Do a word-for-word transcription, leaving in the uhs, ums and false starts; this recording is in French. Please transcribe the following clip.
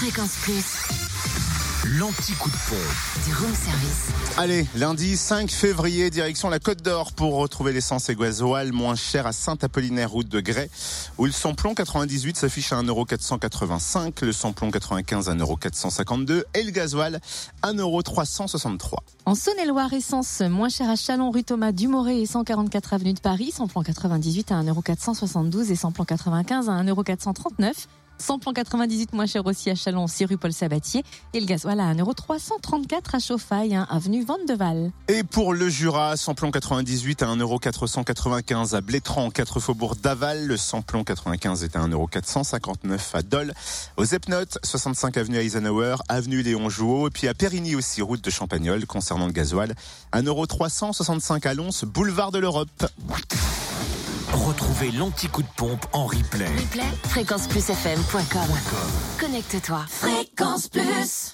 Fréquence Plus. L'anti-coup de pompe du room service. Allez, lundi cinq février, direction la Côte d'Or pour retrouver l'essence et gasoil moins cher à Saint-Apollinaire, route de Grès, où le samplon quatre-vingt-dix-huit s'affiche à un euro quatre cent quatre-vingt-cinq, le samplon quatre-vingt-quinze à un euro quatre cent cinquante-deux et le gasoil à un euro trois cent soixante-trois. En Saône-et-Loire, essence moins chère à Châlons, rue Thomas Dumoré et cent quarante-quatre avenue de Paris, samplon quatre-vingt-dix-huit à un euro quatre cent soixante-douze et samplon quatre-vingt-quinze à un euro quatre cent trente-neuf. Samplon quatre-vingt-dix-huit moins cher aussi à Châlons, six rue Paul Sabatier. Et le gasoil à un euro trois cent trente-quatre à Chauffaille, hein, avenue Vandeval. Et pour le Jura, samplon quatre-vingt-dix-huit à un euro quatre cent quatre-vingt-quinze à Blétrand, quatre faubourg d'Aval. Le samplon quatre-vingt-quinze est à un euro quatre cent cinquante-neuf à Dole. Aux Epnotes, soixante-cinq avenue Eisenhower, avenue Léon Jouot. Et puis à Périgny aussi, route de Champagnole, concernant le gasoil, un euro trois cent soixante-cinq à Lons, boulevard de l'Europe. Retrouvez l'anti-coup de pompe en replay. Replay, fréquence plus f m point com. Connecte-toi. Fréquence Plus.